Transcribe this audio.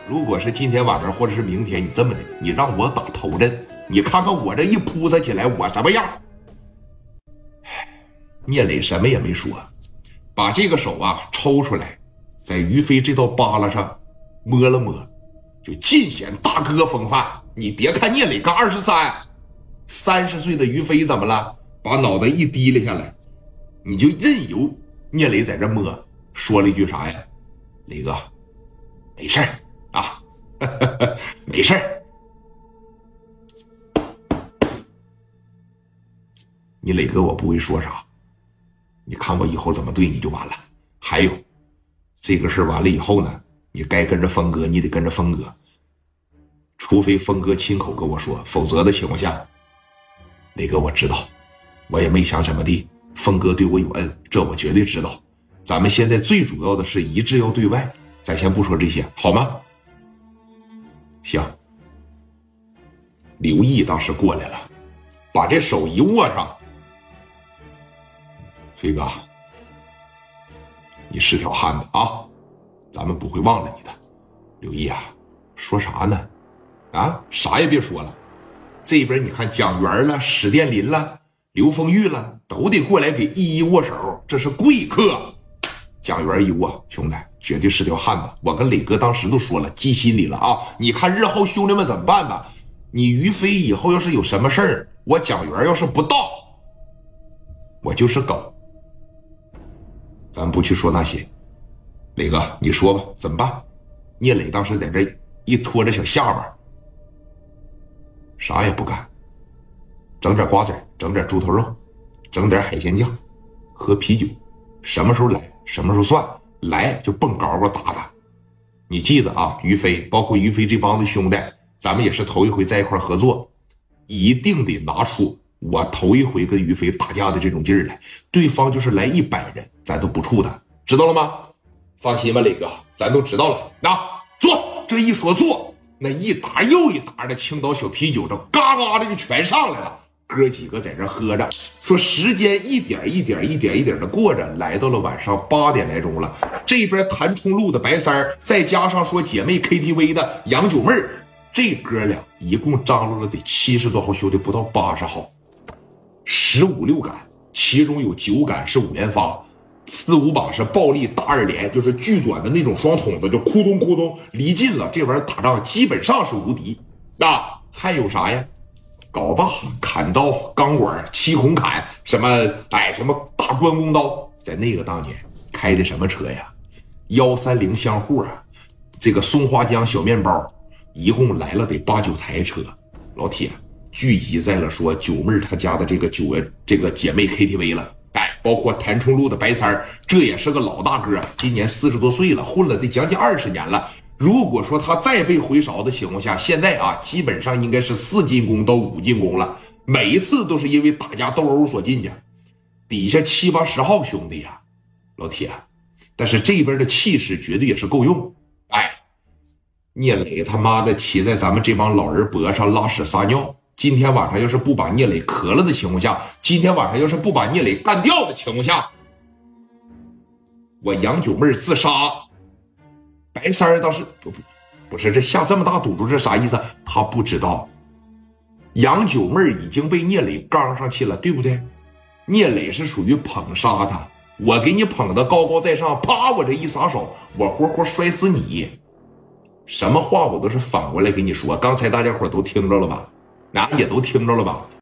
如果是今天晚上或者是明天，你这么的，你让我打头阵，你看看我这一扑撒起来，我什么样？聂磊什么也没说，把这个手啊抽出来，在于飞这道疤瘌上摸了摸，就尽显大哥风范。你别看聂磊刚23，30岁的于飞怎么了？把脑袋一低了下来，你就任由聂磊在这摸，说了一句啥呀？磊哥，没事啊，没事。你磊哥我不会说啥，你看我以后怎么对你就完了。还有这个事完了以后呢，你该跟着峰哥你得跟着峰哥，除非峰哥亲口跟我说，否则的情况下，磊哥我知道，我也没想怎么地，峰哥对我有恩，这我绝对知道。咱们现在最主要的是一致要对外，咱先不说这些好吗？行。刘毅当时过来了，把这手一握上，飞哥，你是条汉子啊，咱们不会忘了你的。刘毅啊，说啥呢？啊，啥也别说了。这边你看蒋元了、史殿林了、刘丰玉了，都得过来给一一握手，这是贵客。蒋元一握，兄弟绝对是条汉子，我跟磊哥当时都说了，记心里了啊。你看日后兄弟们怎么办吧？你于飞以后要是有什么事儿，我蒋元要是不到，我就是狗。咱不去说那些，磊哥你说吧，怎么办？聂磊当时在这一拖着小下巴，啥也不干，整点瓜子，整点猪头肉，整点海鲜酱，喝啤酒，什么时候来什么时候算，来就蹦高高打打。你记得啊，于飞包括于飞这帮子兄弟，咱们也是头一回在一块合作，一定得拿出我头一回跟于飞打架的这种劲儿来，对方就是来100人咱都不怵他，知道了吗？放心吧磊哥，咱都知道了。那坐，这一说坐，那一打又一打的青岛小啤酒，这嘎嘎的就全上来了。哥几个在这喝着，说时间一点一点的过着，来到了晚上8点来钟了。这边谭冲路的白三儿，再加上说姐妹 KTV 的杨九妹儿，这哥俩一共张罗了得70多号兄弟，不到80号，15、16杆，其中有9杆是5连发，4、5把是暴力大2连，就是巨短的那种双筒子，就咕咚咕咚离近了，这玩意儿打仗基本上是无敌。那还有啥呀？镐把、砍刀、钢管、7孔砍，什么什么大关公刀，在那个当年开的什么车呀？130厢户啊，这个松花江小面包，一共来了得8、9台车，老铁聚集在了说九妹她家的这个姐妹 KTV 了。包括谭冲路的白三儿，这也是个老大哥，今年40多岁了，混了得将近20年了。如果说他再被回勺的情况下，现在啊基本上应该是4进宫到5进宫了，每一次都是因为打架斗殴所进去，底下7、80号兄弟呀，老铁，但是这边的气势绝对也是够用。聂磊他妈的骑在咱们这帮老人脖上拉屎撒尿，今天晚上要是不把聂磊咳了的情况下，今天晚上要是不把聂磊干掉的情况下，我杨九妹自杀。白三儿倒是不是这下这么大赌注，这啥意思？他不知道杨九妹已经被聂磊刚上去了，对不对？聂磊是属于捧杀他，我给你捧得高高在上，啪，我这一撒手，我活活摔死你。什么话我都是反过来给你说，刚才大家伙都听着了吧？也都听着了吧？